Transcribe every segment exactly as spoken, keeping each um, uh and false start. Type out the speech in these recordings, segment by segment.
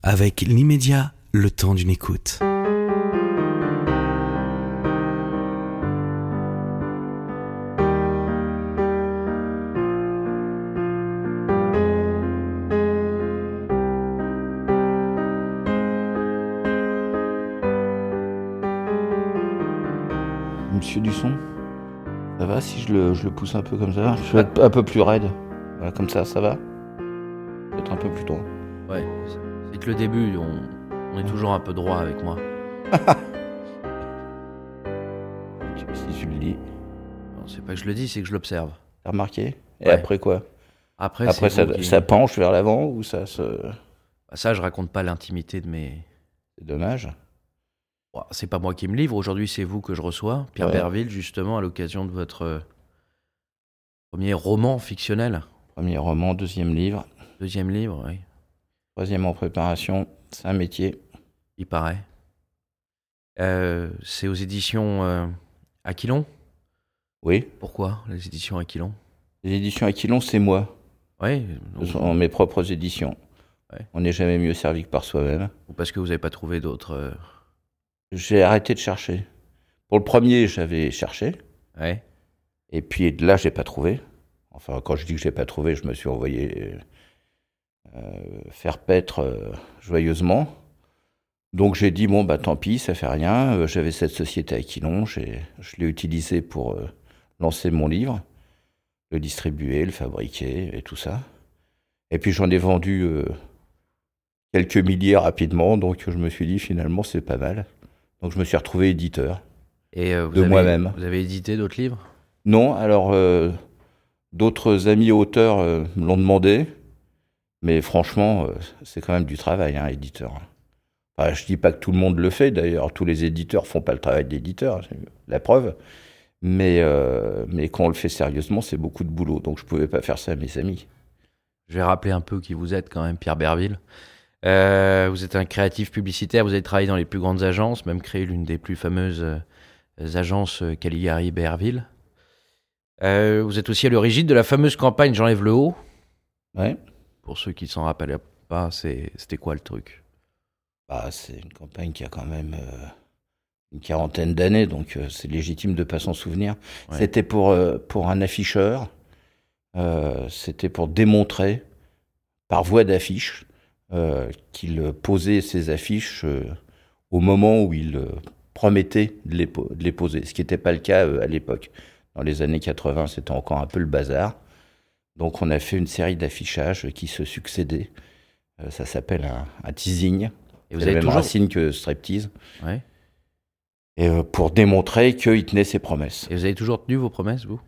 Avec l'immédiat, le temps d'une écoute. Monsieur Dusson, ça va si je le, je le pousse un peu comme ça? Je vais être un peu plus raide. Voilà, comme ça, ça va? Peut-être un peu plus droit. Ouais, c'est que le début, on, on est toujours un peu droit avec moi. Si tu le dis. Non, c'est pas que je le dis, c'est que je l'observe. T'as remarqué? Et Ouais. après quoi? Après, Après c'est ça, vous qui- ça penche vers l'avant ou ça se... Bah, ça, je raconte pas l'intimité de mes... C'est dommage. Bon, c'est pas moi qui me livre, aujourd'hui c'est vous que je reçois, Pierre Ouais. Berville, justement, à l'occasion de votre euh, premier roman fictionnel. Premier roman, deuxième livre, Deuxième livre, oui, troisième en préparation. C'est un métier. il paraît. Euh, c'est aux éditions euh, Aquilon. Oui. Pourquoi les éditions Aquilon? Les éditions Aquilon, c'est moi. Oui, Ce sont mes propres éditions. Ouais. On n'est jamais mieux servi que par soi-même. ou parce que vous n'avez pas trouvé d'autres... euh, J'ai arrêté de chercher. Pour le premier, j'avais cherché. Ouais. Et puis là, j'ai pas trouvé. Enfin, quand je dis que j'ai pas trouvé, je me suis envoyé euh, faire paître euh, joyeusement. Donc j'ai dit, bon, bah tant pis, ça fait rien. Euh, J'avais cette société Aquilon, j'ai, je l'ai utilisée pour euh, lancer mon livre, le distribuer, le fabriquer et tout ça. Et puis j'en ai vendu euh, quelques milliers rapidement, donc je me suis dit, finalement, c'est pas mal. Donc je me suis retrouvé éditeur. Et euh, vous De avez, moi-même. Vous avez édité d'autres livres? Non, alors euh, d'autres amis auteurs euh, me l'ont demandé, mais franchement, euh, c'est quand même du travail, hein, éditeur. Enfin, je dis pas que tout le monde le fait, d'ailleurs, tous les éditeurs font pas le travail d'éditeur, c'est la preuve. Mais, euh, mais quand on le fait sérieusement, c'est beaucoup de boulot, donc je pouvais pas faire ça à mes amis. Je vais rappeler un peu qui vous êtes quand même, Pierre Berville. Euh, vous êtes un créatif publicitaire, vous avez travaillé dans les plus grandes agences, même créé l'une des plus fameuses euh, agences euh, Caligari-Berville. Euh, vous êtes aussi à l'origine de la fameuse campagne J'enlève le haut. Ouais. Pour ceux qui ne s'en rappellent pas, c'est, c'était quoi le truc? Bah, c'est une campagne qui a quand même euh, une quarantaine d'années, donc euh, c'est légitime de ne pas s'en souvenir. Ouais. C'était pour, euh, pour un afficheur, euh, c'était pour démontrer, par voie d'affiche, euh, qu'il posait ses affiches euh, au moment où il euh, promettait de les, po- de les poser, ce qui n'était pas le cas euh, à l'époque. Dans les années quatre-vingts, c'était encore un peu le bazar. Donc on a fait une série d'affichages qui se succédaient. Euh, ça s'appelle un, un teasing. Et vous C'est la avez même toujours... racine que striptease. Ouais. Et euh, pour démontrer qu'il tenait ses promesses. Et vous avez toujours tenu vos promesses, vous?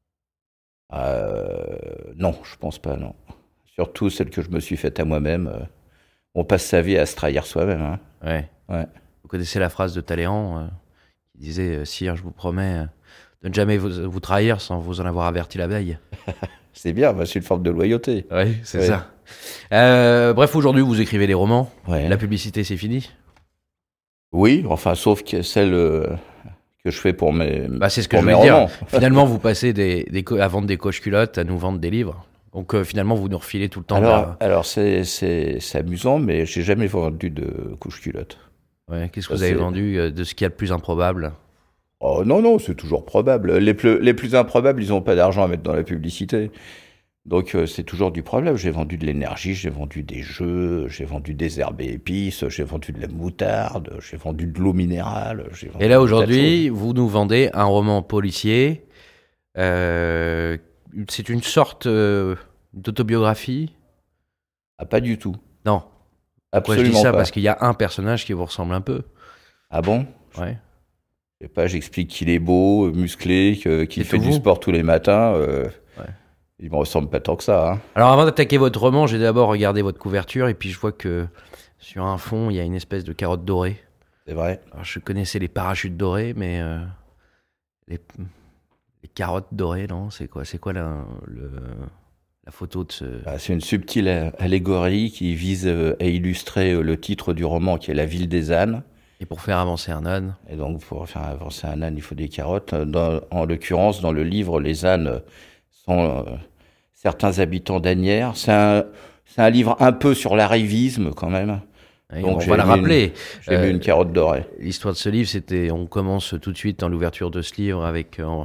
Euh, non, je pense pas, non. Surtout celle que je me suis faite à moi-même. euh, on passe sa vie à se trahir soi-même. Hein. Ouais. Ouais. Vous connaissez la phrase de Talleyrand euh, qui disait euh, Sire, je vous promets euh, de ne jamais vous, vous trahir sans vous en avoir averti la veille. C'est bien, bah, c'est une forme de loyauté. Oui, c'est Ouais. ça. Euh, bref, aujourd'hui, vous écrivez des romans. Ouais. La publicité, c'est fini. Oui, enfin, sauf que celle euh, que je fais pour mes, Bah, c'est ce que pour je mes voulais dire. romans. Finalement, vous passez des, des co- à vendre des coches-culottes à nous vendre des livres. Donc, euh, finalement, vous nous refilez tout le temps. Alors, vers- alors c'est, c'est, c'est amusant, mais j'ai jamais vendu de couche-culotte. Ouais, qu'est-ce que ça, vous avez c'est- vendu euh, de ce qu'il y a de plus improbable? Oh non, non, c'est toujours probable. Les plus, les plus improbables, ils n'ont pas d'argent à mettre dans la publicité. Donc euh, c'est toujours du problème. J'ai vendu de l'énergie, j'ai vendu des jeux, j'ai vendu des herbes et épices, j'ai vendu de la moutarde, j'ai vendu de l'eau minérale. J'ai vendu Et là, des tas de aujourd'hui, choses. vous nous vendez un roman policier. Euh, c'est une sorte euh, d'autobiographie? Ah, pas du tout. Non. Pourquoi je Absolument dis ça? pas. Parce qu'il y a un personnage qui vous ressemble un peu. Ah bon? Ouais. Je sais pas, j'explique qu'il est beau, musclé, que- qu'il C'est fait tout du vous sport tous les matins. euh, Ouais. Il me ressemble pas tant que ça. Hein. Alors avant d'attaquer votre roman, j'ai d'abord regardé votre couverture et puis je vois que sur un fond, il y a une espèce de carotte dorée. C'est vrai. Alors je connaissais les parachutes dorés, mais euh, les, les carottes dorées, non? C'est quoi, c'est quoi la, le, la photo de ce... Bah, c'est une subtile a- allégorie qui vise euh, à illustrer euh, le titre du roman qui est La ville des ânes. Et pour faire avancer un âne? Et donc, pour faire avancer un âne, il faut des carottes. Dans- en l'occurrence, dans le livre, les ânes sont euh, certains habitants d'Asnières. C'est un, c'est un livre un peu sur l'arrivisme, quand même. Et Donc, on j'ai va la mis rappeler. Une, j'ai euh, mis une carotte dorée. L'histoire de ce livre, c'était, on commence tout de suite dans l'ouverture de ce livre avec, euh,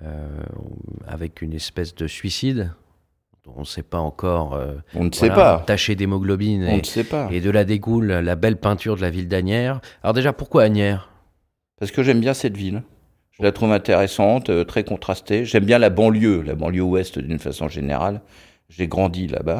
avec une espèce de suicide. On ne sait pas encore. Euh, on ne voilà, sait pas. Taché d'hémoglobine. On et, ne sait pas. Et de là découle la belle peinture de la ville d'Asnières. Alors déjà, pourquoi Asnières ? Parce que j'aime bien cette ville. Je la trouve intéressante, euh, très contrastée. J'aime bien la banlieue, la banlieue ouest d'une façon générale. J'ai grandi là-bas.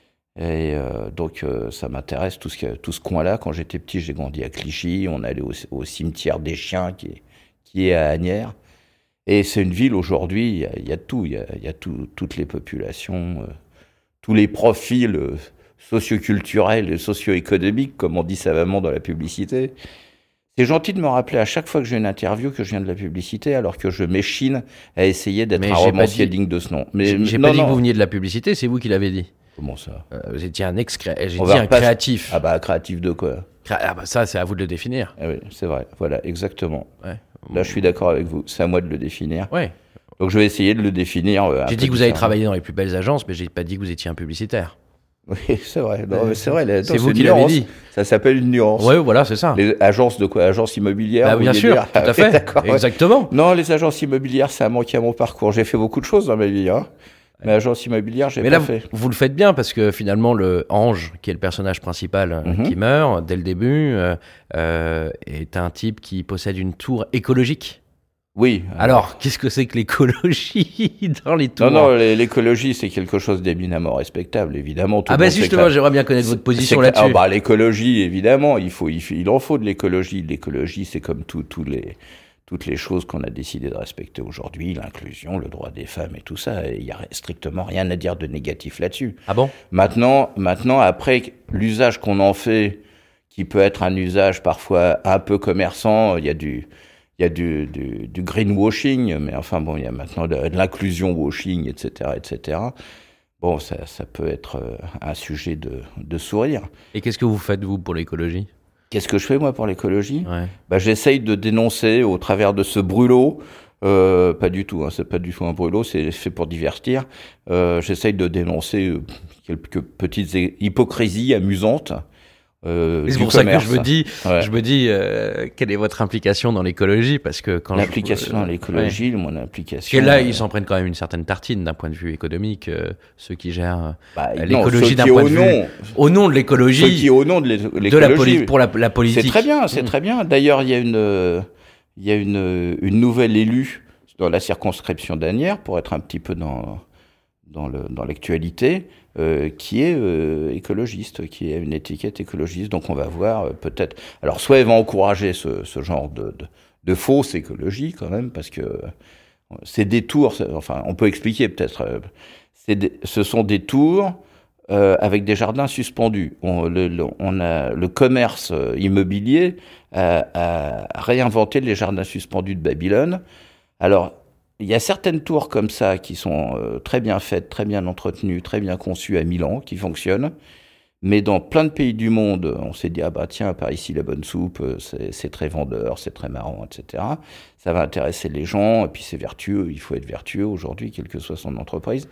Et euh, donc, euh, ça m'intéresse, tout ce, tout ce coin-là. Quand j'étais petit, j'ai grandi à Clichy. On allait au, au cimetière des Chiens, qui est, qui est à Asnières. Et c'est une ville, aujourd'hui, il y a, y a tout. Il y a, y a tout, toutes les populations, euh, tous les profils euh, socioculturels et socio-économiques, comme on dit savamment dans la publicité. C'est gentil de me rappeler à chaque fois que j'ai une interview que je viens de la publicité, alors que je m'échine à essayer d'être Mais un j'ai romancier pas dit- digne de ce nom. Mais J'ai, j'ai non, pas dit non. que vous veniez de la publicité, c'est vous qui l'avez dit. Comment ça? Euh, vous étiez un ex j'ai On dit va un repasser- créatif. Ah bah, créatif de quoi? Cré- Ah bah ça, c'est à vous de le définir. Ah oui, c'est vrai. Voilà, exactement. Ouais. Là, je suis d'accord avec vous. C'est à moi de le définir. Ouais. Donc, je vais essayer de le définir. euh, un J'ai peu dit que vous avez différemment. travaillé dans les plus belles agences, mais j'ai pas dit que vous étiez un publicitaire. Oui, c'est vrai. Non, mais c'est vrai. là, C'est attends, vous une qui l'avez nuance. dit. Ça s'appelle une nuance. Ouais, voilà, c'est ça. Les agences de quoi? Agences immobilières? Bah, vous bien voulez sûr, dire tout à Ah, fait. d'accord, ouais. Exactement. Non, les agences immobilières, ça a manqué à mon parcours. J'ai fait beaucoup de choses dans ma vie, hein. Mais agence immobilière, j'ai Mais pas là, fait. vous, vous le faites bien parce que finalement, le Ange, qui est le personnage principal euh, Mhm. qui meurt dès le début, euh, euh, est un type qui possède une tour écologique. Oui. Alors, qu'est-ce que c'est que l'écologie dans les tours? Non, non, l'é- l'écologie, c'est quelque chose d'éminemment respectable, évidemment. Tout Ah le bah monde sait justement, que- j'aimerais bien connaître votre c'est- position c'est que- là-dessus. ah bah, l'écologie, évidemment, il, faut, il, faut- il en faut de l'écologie. L'écologie, c'est comme tout, tous les, toutes les choses qu'on a décidé de respecter aujourd'hui, l'inclusion, le droit des femmes et tout ça. Et il n'y a strictement rien à dire de négatif là-dessus. Ah bon? Maintenant, maintenant, après, l'usage qu'on en fait, qui peut être un usage parfois un peu commerçant, il y a du... Il y a du, du, du greenwashing, mais enfin bon, il y a maintenant de, de l'inclusion washing, et cetera, et cetera. Bon, ça, ça peut être euh, un sujet de, de sourire. Et qu'est-ce que vous faites, vous, pour l'écologie? Qu'est-ce que je fais, moi, pour l'écologie? Ouais. Bah, j'essaye de dénoncer au travers de ce brûlot, euh, pas du tout, hein, c'est pas du tout un brûlot, c'est fait pour divertir. Euh, j'essaye de dénoncer euh, quelques petites é- hypocrisies amusantes. Euh, C'est du pour ça commerce. que je me dis, Ouais. je me dis euh, quelle est votre implication dans l'écologie? Parce que quand L'implication je, dans euh, l'écologie, ouais. mon Parce implication. que là, euh, ils s'en prennent quand même une certaine tartine d'un point de vue économique, euh, ceux qui gèrent bah, euh, non, l'écologie ceux d'un qui, point au de vue nom, au nom de Ceux l'écologie, qui, au nom de l'é- de la l'écologie, politique, pour la, la politique. c'est très bien, c'est Mm. très bien. D'ailleurs, il y a une, euh, il y a une, une nouvelle élue dans la circonscription d'Asnières, pour être un petit peu dans, dans le, dans l'actualité, euh, qui est euh, écologiste, qui a une étiquette écologiste. Donc, on va voir euh, peut-être. Alors, soit elle va encourager ce, ce genre de, de, de fausse écologie quand même, parce que c'est des tours. c'est- Enfin, on peut expliquer peut-être. euh, c'est des- ce sont des tours. Euh, avec des jardins suspendus. On, le, le- on a, le commerce euh, immobilier a, a réinventé les jardins suspendus de Babylone. Alors, il y a certaines tours comme ça qui sont euh, très bien faites, très bien entretenues, très bien conçues à Milan, qui fonctionnent. Mais dans plein de pays du monde, on s'est dit, ah bah tiens, par ici la bonne soupe, euh, c'est, c'est très vendeur, c'est très marrant, et cetera. Ça va intéresser les gens, et puis c'est vertueux, il faut être vertueux aujourd'hui, quelle que soit son entreprise.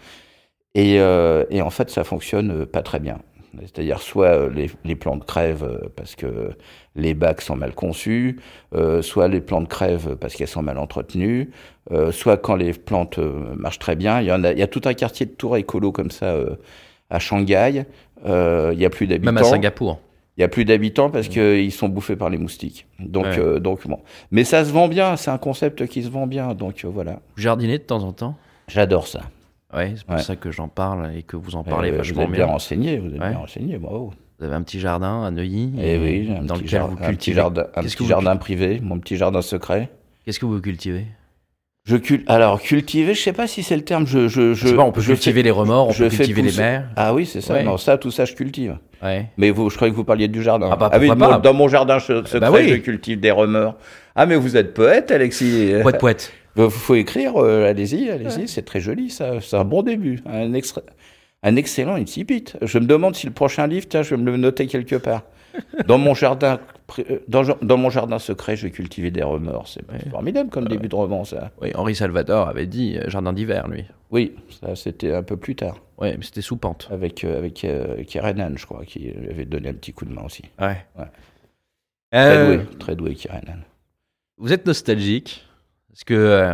Et, euh, et en fait, ça fonctionne pas très bien. C'est-à-dire, soit euh, les, les plantes crèvent euh, parce que les bacs sont mal conçus, euh, soit les plantes crèvent parce qu'elles sont mal entretenues, euh, soit quand les plantes euh, marchent très bien. Il y en a, il y a tout un quartier de tours écolo comme ça euh, à Shanghai. Euh, il y a plus d'habitants. Même à Singapour. Il y a plus d'habitants parce qu'ils sont bouffés par les moustiques. Donc, Ouais. euh, donc bon. Mais ça se vend bien. C'est un concept qui se vend bien. Donc euh, voilà. Vous jardinez de temps en temps? J'adore ça. Ouais, c'est pour Ouais. ça que j'en parle et que vous en parlez Euh, vous vachement êtes bien bien. renseigné. Vous êtes Ouais. bien renseigné. Bravo. Vous avez un petit jardin à Neuilly, Eh oui, j'ai un dans petit, lequel jar- vous un petit cultivez. jardin, un Qu'est-ce que petit vous jardin privé, mon petit jardin secret. Qu'est-ce que vous cultivez? Je cul... Alors, cultiver, je sais pas si c'est le terme. Je, je, je, Je sais pas, on peut je cultiver fais- les remords, on je peut fais cultiver les pousser- mers. Ah oui, c'est ça. Ouais. Non, ça, tout ça, je cultive. Ouais. Mais vous, je croyais que vous parliez du jardin. Ah bah, oui, pourquoi moi, pas. dans mon jardin che- secret, Bah oui. je cultive des remords. Ah, mais vous êtes poète, Alexis. Poète, poète. Il faut écrire, euh, allez-y, allez-y, c'est très joli, ça. C'est un bon début. Un, extra... un excellent incipit. Je me demande si le prochain livre, tiens, je vais me le noter quelque part. Dans mon jardin dans, dans mon jardin secret, je vais cultiver des remords. C'est Ouais. formidable comme Euh, début de roman, ça. Oui, Henri Salvador avait dit euh, jardin d'hiver, lui. Oui, ça c'était un peu plus tard. Oui, mais c'était sous pente. Avec, euh, avec euh, Kieran, je crois, qui lui avait donné un petit coup de main aussi. Ouais. Ouais. Euh, Très doué, très doué, Kieran. Vous êtes nostalgique parce que euh, euh,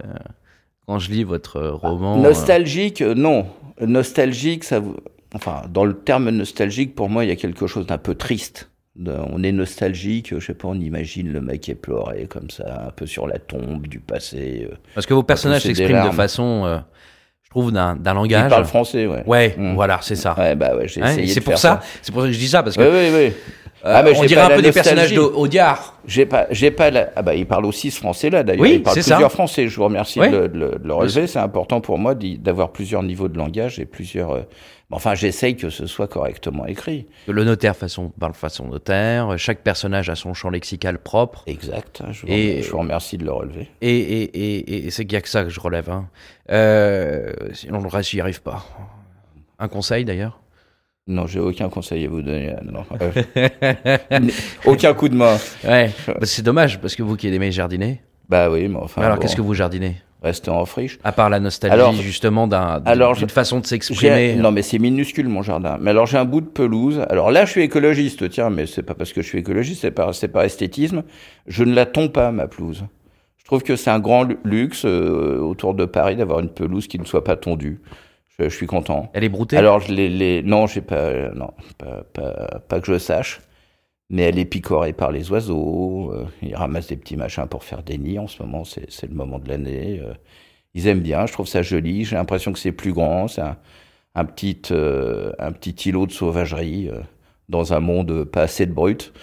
quand je lis votre roman, Nostalgique, euh, non. Nostalgique, ça vous... Enfin, dans le terme nostalgique, pour moi, il y a quelque chose d'un peu triste. De- On est nostalgique, je sais pas, on imagine le mec qui est pleuré comme ça, un peu sur la tombe du passé. euh. parce que vos personnages pousser des s'expriment de larmes. façon, euh, je trouve, d'un, d'un Il langage. parle français, ouais. Ouais, Mm. voilà, c'est ça. Ouais, bah ouais, j'ai Hein, essayé et c'est de pour faire ça, ça. c'est pour ça que je dis ça parce que Oui, oui, oui. euh, Ah, mais on j'ai dirait pas un la peu des personnages nostalgie. d'Audiard. J'ai pas, j'ai pas la... Ah bah, il parle aussi ce français-là, d'ailleurs. Oui, il parle c'est ça. plusieurs français. Je vous remercie Ouais. de, le- de le- de le relever. C'est important pour moi d'y- d'avoir plusieurs niveaux de langage et plusieurs... euh, Enfin, j'essaye que ce soit correctement écrit. Le notaire façon, parle façon notaire. Chaque personnage a son champ lexical propre. Exact. Je vous, Et- je vous remercie de le relever. Et, et, et, et c'est qu'il n'y a que ça que je relève. Hein. Euh, sinon, le reste, j'y arrive pas. Un conseil d'ailleurs. Non, j'ai aucun conseil à vous donner. Non. Euh, aucun coup de main. Ouais, bah, c'est dommage parce que vous qui aimez jardiner. Bah oui, mais enfin. Alors, bon, qu'est-ce que vous jardinez restez en friche. À part la nostalgie, Alors, justement, d'un, alors, d'une je- façon de J'ai- s'exprimer. Non, mais c'est minuscule mon jardin. Mais alors j'ai un bout de pelouse. Alors là, je suis écologiste, tiens, mais c'est pas parce que je suis écologiste, c'est par, c'est par esthétisme. Je ne la tombe pas, ma pelouse. Je trouve que c'est un grand lu- luxe euh, autour de Paris d'avoir une pelouse qui ne soit pas tondue. Je, je suis content. Elle est broutée. Alors je les, les... non, j'ai pas, euh, non, pas, pas, pas que je sache. Mais elle est picorée par les oiseaux. Euh, ils ramassent des petits machins pour faire des nids. En ce moment, c'est, c'est le moment de l'année. Euh, ils aiment bien. Je trouve ça joli. J'ai l'impression que c'est plus grand. C'est un, un petit, euh, un petit îlot de sauvagerie euh, dans un monde pas assez de brut.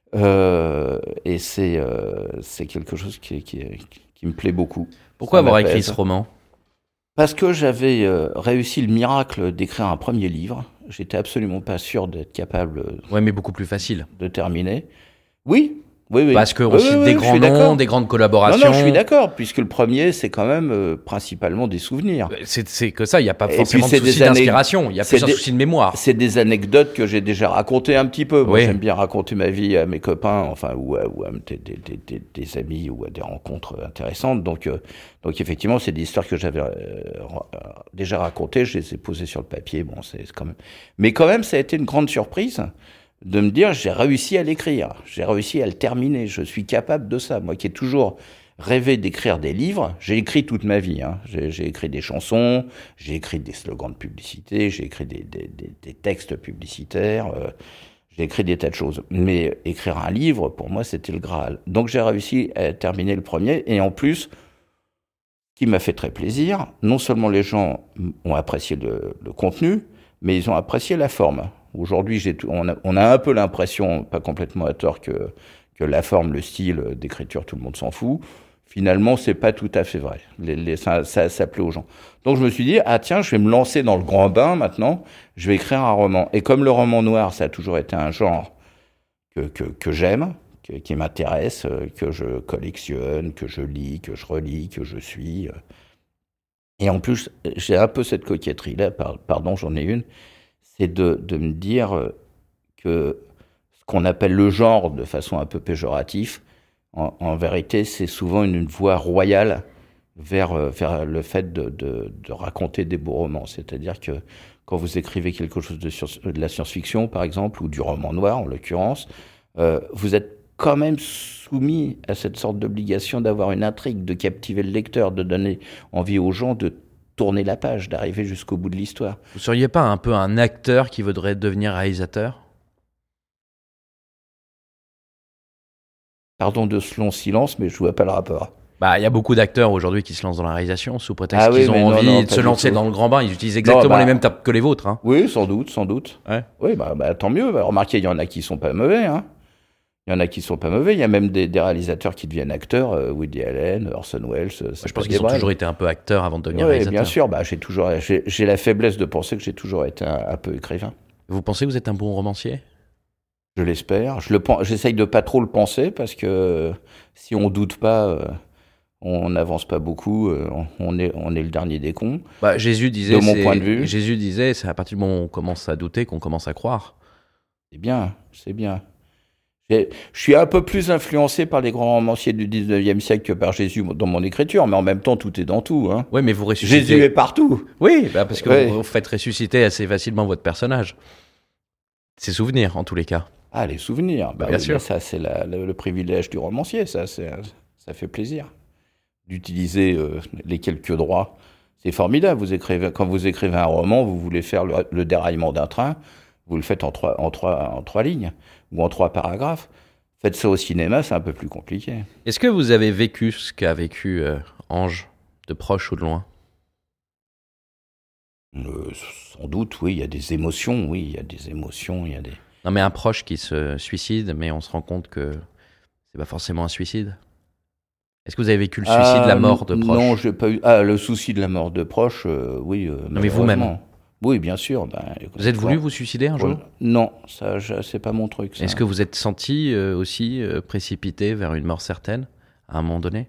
Euh, et c'est, euh, c'est quelque chose qui, qui, qui me plaît beaucoup. Pourquoi Ça avoir m'apaise. écrit ce roman? Parce que j'avais euh, réussi le miracle d'écrire un premier livre. J'étais absolument pas sûr d'être capable Ouais, mais beaucoup plus facile. de terminer. Oui, oui, oui. Parce qu'on Oui, cite oui, des oui, je grands suis noms, d'accord. des grandes Non, collaborations. non, je suis d'accord, puisque le premier, c'est quand même euh, principalement des souvenirs. C'est, c'est que ça, il n'y a pas Et forcément puis, de c'est souci des années- d'inspiration. Il y a c'est plus un des- souci de mémoire. C'est des anecdotes que j'ai déjà racontées un petit peu. Moi, Oui. j'aime bien raconter ma vie à mes copains, enfin, ou à, ou à des, des, des, des- des amis, ou à des rencontres intéressantes. Donc, euh, donc effectivement, c'est des histoires que j'avais euh, ra- euh, déjà racontées. Je les ai posées sur le papier. Bon, c'est c'est quand même. Mais quand même, ça a été une grande surprise de me dire j'ai réussi à l'écrire, j'ai réussi à le terminer. Je suis capable de ça. Moi, qui ai toujours rêvé d'écrire des livres, j'ai écrit toute ma vie. Hein. J'ai, j'ai écrit des chansons, j'ai écrit des slogans de publicité, j'ai écrit des, des, des, des textes publicitaires. Euh, J'ai écrit des tas de choses. Mais écrire un livre, pour moi, c'était le Graal. Donc j'ai réussi à terminer le premier. Et en plus, ce qui m'a fait très plaisir, non seulement les gens ont apprécié le, le contenu, mais ils ont apprécié la forme. Aujourd'hui, j'ai tout- on, a, on a un peu l'impression, pas complètement à tort, que, que la forme, le style d'écriture, tout le monde s'en fout. Finalement, c'est pas tout à fait vrai. Les, les, ça, ça, ça plaît aux gens. Donc je me suis dit, ah tiens, je vais me lancer dans le grand bain maintenant, je vais écrire un roman. Et comme le roman noir, ça a toujours été un genre que, que, que j'aime, que, qui m'intéresse, euh, que je collectionne, que je lis, que je relis, que je suis. euh. Et en plus, j'ai un peu cette coquetterie-là, par- pardon, j'en ai une, c'est de, de me dire euh, que ce qu'on appelle le genre de façon un peu péjorative, en, en vérité, c'est souvent une, une voie royale vers, euh, vers le fait de, de, de raconter des beaux romans. C'est-à-dire que quand vous écrivez quelque chose de, sur- de la science-fiction, par exemple, ou du roman noir, en l'occurrence, euh, vous êtes quand même soumis à cette sorte d'obligation d'avoir une intrigue, de captiver le lecteur, de donner envie aux gens de tourner la page, d'arriver jusqu'au bout de l'histoire. Vous seriez pas un peu un acteur qui voudrait devenir réalisateur? Pardon de ce long silence, mais je vois pas le rapport. Bah, il y a beaucoup d'acteurs aujourd'hui qui se lancent dans la réalisation sous prétexte Ah oui, qu'ils ont mais non, envie non, de pas se du lancer tout. dans le grand bain. Ils utilisent exactement bah- les mêmes tapes que les vôtres. Hein. Oui, sans doute, sans doute. Ouais. Oui, bah, bah, tant mieux. Bah, remarquez, il y en a qui sont pas mauvais. Hein. Il y en a qui sont pas mauvais. Il y a même des, des réalisateurs qui deviennent acteurs. euh, Woody Allen, Orson Welles. euh, c'est Je pas pense des qu'ils ont brèves. toujours été un peu acteurs avant de devenir Oui, réalisateurs. bien sûr. Bah, j'ai toujours, j'ai, j'ai la faiblesse de penser que j'ai toujours été un, un peu écrivain. Vous pensez que vous êtes un bon romancier? Je l'espère. Je le, pen- j'essaye de pas trop le penser parce que euh, si on doute pas, euh, on n'avance pas beaucoup. euh, on, on est, on est le dernier des cons. Bah, Jésus disait, De mon c'est- point de vue. Jésus disait, c'est à partir du moment où on commence à douter qu'on commence à croire. C'est bien, c'est bien. J'ai- Je suis un peu plus influencé par les grands romanciers du dix-neuvième siècle que par Jésus dans mon écriture, mais en même temps, tout est dans tout. Hein. Oui, mais vous ressuscitez. Jésus est partout. Oui, bah parce que Ouais. vous, vous faites ressusciter assez facilement votre personnage. Ses souvenirs, en tous les cas. Ah, les souvenirs. Bah Bien oui, sûr. mais ça, c'est la- le, le privilège du romancier. Ça, c'est, ça fait plaisir d'utiliser euh, les quelques droits. C'est formidable. Vous écrivez, quand vous écrivez un roman, vous voulez faire le, le déraillement d'un train, vous le faites en trois, en, trois, en trois lignes ou en trois paragraphes. Faites ça au cinéma, c'est un peu plus compliqué. Est-ce que vous avez vécu ce qu'a vécu euh, Ange, de proche ou de loin? Euh, sans doute, oui, il y a des émotions, oui, il y a des émotions, il y a des... Non, mais un proche qui se suicide, mais on se rend compte que c'est pas forcément un suicide. Est-ce que vous avez vécu le suicide, Ah, la mort de proche? Non, j'ai pas eu... Ah, le souci de la mort de proche, euh, oui. euh, Non, mais vous-même. malheureusement. Oui, bien sûr. Ben, Vous êtes voulu bon. vous suicider un jour? Ouais. Non, ça, je- c'est pas mon truc. Ça. Est-ce que vous êtes senti euh, aussi euh, précipité vers une mort certaine à un moment donné?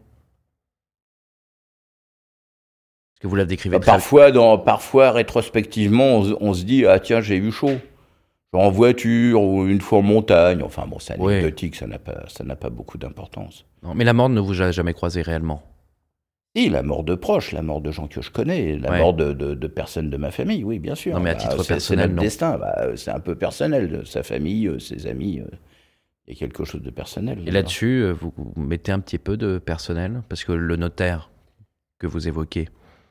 Est-ce que vous la décrivez Bah, très... parfois, dans, parfois, rétrospectivement, on, se- on se dit, ah tiens, j'ai eu chaud. Genre en voiture ou une fois en montagne. Enfin bon, c'est Ouais. anecdotique, ça n'a pas, ça n'a pas beaucoup d'importance. Non, mais la mort ne vous a jamais croisé réellement. Si, la mort de proches, la mort de gens que je connais, la Ouais. mort de, de, de personnes de ma famille, oui, bien sûr. Non, mais à Bah, titre c'est- c'est personnel, notre non. destin, bah, euh, c'est un peu personnel. de Sa famille, euh, ses amis, euh, il y a quelque chose de personnel. Et là-dessus, euh, vous, vous mettez un petit peu de personnel? Parce que le notaire que vous évoquez,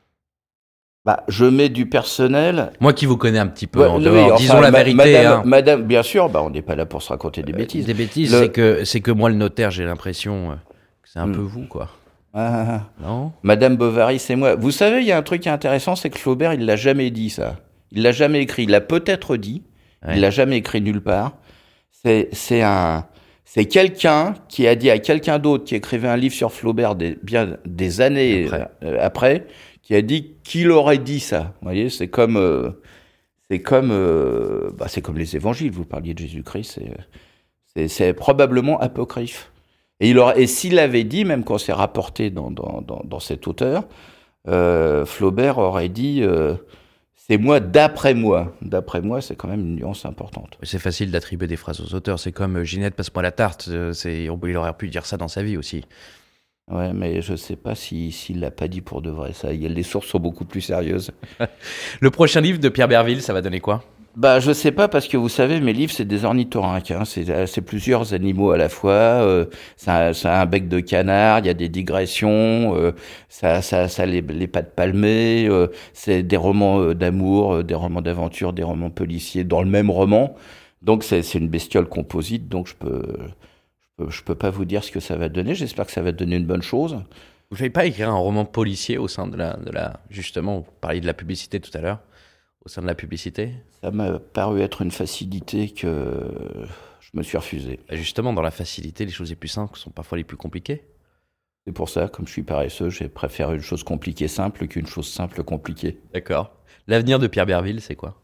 Bah, je mets du personnel. moi qui vous connais un petit peu Ouais, en oui, dehors, enfin, disons la ma- vérité. Madame, hein. madame, bien sûr, bah, on n'est pas là pour se raconter des bêtises. Des bêtises, Le- c'est que, c'est que moi, le notaire, j'ai l'impression euh, que c'est un Hmm. peu vous, quoi. Ah, ah, ah. Non? Madame Bovary, c'est moi. Vous savez, il y a un truc intéressant, c'est que Flaubert, il l'a jamais dit, ça. Il l'a jamais écrit. Il l'a peut-être dit. Ouais. Il l'a jamais écrit nulle part. C'est, c'est un, c'est quelqu'un qui a dit à quelqu'un d'autre qui écrivait un livre sur Flaubert des, bien des années Après. euh, après, qui a dit qu'il aurait dit ça. Vous voyez, c'est comme, euh, c'est comme, euh, bah, c'est comme les évangiles. Vous parliez de Jésus-Christ, c'est, c'est, c'est probablement apocryphe. Et il aurait, et s'il l'avait dit, même quand c'est rapporté dans, dans, dans, dans cet auteur, euh, Flaubert aurait dit, euh, c'est moi d'après moi. D'après moi, c'est quand même une nuance importante. C'est facile d'attribuer des phrases aux auteurs. C'est comme euh, Ginette, passe-moi la tarte. euh, C'est, on- il aurait pu dire ça dans sa vie aussi. Ouais, mais je sais pas si, s'il l'a pas dit pour de vrai, ça. Il y a, les sources sont beaucoup plus sérieuses. Le prochain livre de Pierre Berville, ça va donner quoi? Bah, je sais pas, parce que vous savez, mes livres, c'est des ornithorynques, hein. C'est, c'est plusieurs animaux à la fois, euh, ça, ça a un bec de canard, il y a des digressions, euh, ça, ça, ça a les, les pattes palmées, euh, c'est des romans euh, d'amour, euh, des romans d'aventure, des romans policiers dans le même roman. Donc, c'est, c'est une bestiole composite, donc je peux, je peux, je peux pas vous dire ce que ça va donner. J'espère que ça va donner une bonne chose. Vous n'avez pas écrire un roman policier au sein de la, de la... Justement, vous parliez de la publicité tout à l'heure. Au sein de la publicité? Ça m'a paru être une facilité que je me suis refusé. Bah, justement, dans la facilité, les choses les plus simples sont parfois les plus compliquées. C'est pour ça, comme je suis paresseux, j'ai préféré une chose compliquée simple qu'une chose simple compliquée. D'accord. L'avenir de Pierre Berville, c'est quoi?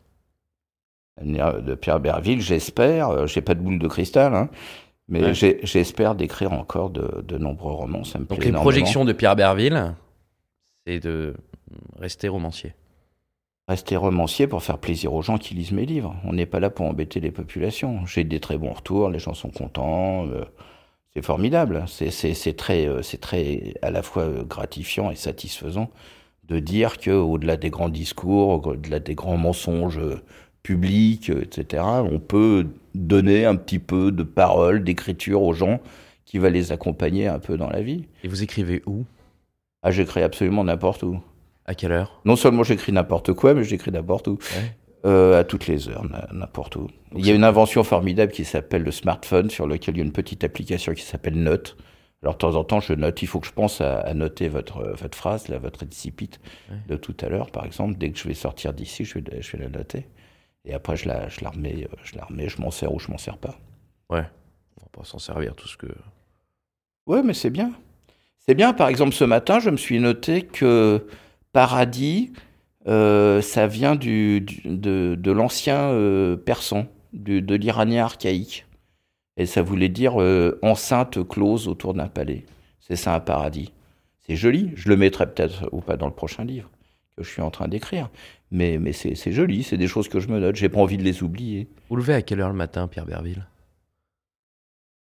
L'avenir de Pierre Berville, j'espère, euh, j'ai pas de boule de cristal, hein, mais Ouais. j'ai- j'espère d'écrire encore de, de nombreux romans, ça me Donc plaît les énormément. projections de Pierre Berville, c'est de rester romancier. Rester romancier pour faire plaisir aux gens qui lisent mes livres. On n'est pas là pour embêter les populations. J'ai des très bons retours, les gens sont contents, euh, c'est formidable. C'est c'est- c'est très, euh, c'est très à la fois euh, gratifiant et satisfaisant de dire qu'au-delà des grands discours, au-delà des grands mensonges euh, publics, euh, et cetera, on peut donner un petit peu de parole, d'écriture aux gens qui va les accompagner un peu dans la vie. Et vous écrivez où? Ah, j'écris absolument n'importe où. À quelle heure? Non seulement j'écris n'importe quoi, mais j'écris n'importe où. Ouais. Euh, à toutes les heures, na- n'importe où. Il y a une invention formidable qui s'appelle le smartphone, sur lequel il y a une petite application qui s'appelle Note. Alors de temps en temps, je note. Il faut que je pense à, à noter votre, euh, votre phrase, là, votre incipit Ouais. de tout à l'heure, par exemple. Dès que je vais sortir d'ici, je vais, je vais la noter. Et après, je la, je la remets, euh, je la remets, je m'en sers ou je m'en sers pas. Ouais. On va pas s'en servir tout ce que... Ouais, mais c'est bien. C'est bien. Par exemple, ce matin, je me suis noté que paradis, euh, ça vient du, du- de, de l'ancien euh, persan, du- de l'iranien archaïque. Et ça voulait dire euh, enceinte close autour d'un palais. C'est ça un paradis. C'est joli. Je le mettrai peut-être ou pas dans le prochain livre que je suis en train d'écrire. Mais, mais c'est c'est joli. C'est des choses que je me note. J'ai pas envie de les oublier. Vous levez à quelle heure le matin, Pierre Berville?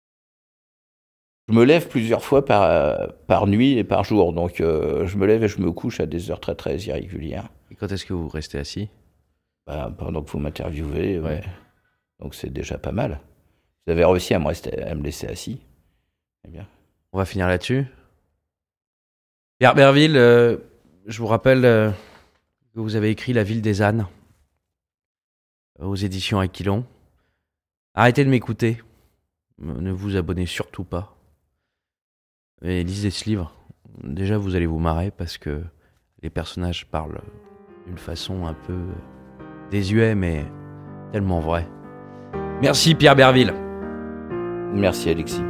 je me lève plusieurs fois par, par nuit et par jour. Donc, euh, je me lève et je me couche à des heures très, très irrégulières. Et quand est-ce que vous restez assis ? Bah, pendant que vous m'interviewez, ouais. Ouais. Donc c'est déjà pas mal. Vous avez réussi à me, rester, à me laisser assis. Eh bien. On va finir là-dessus. Pierre Berville, euh, je vous rappelle euh, que vous avez écrit La ville des ânes aux éditions Aquilon. Arrêtez de m'écouter. Ne vous abonnez surtout pas. Et lisez ce livre. Déjà, vous allez vous marrer parce que les personnages parlent d'une façon un peu désuète, mais tellement vraie. Merci Pierre Berville. Merci Alexis.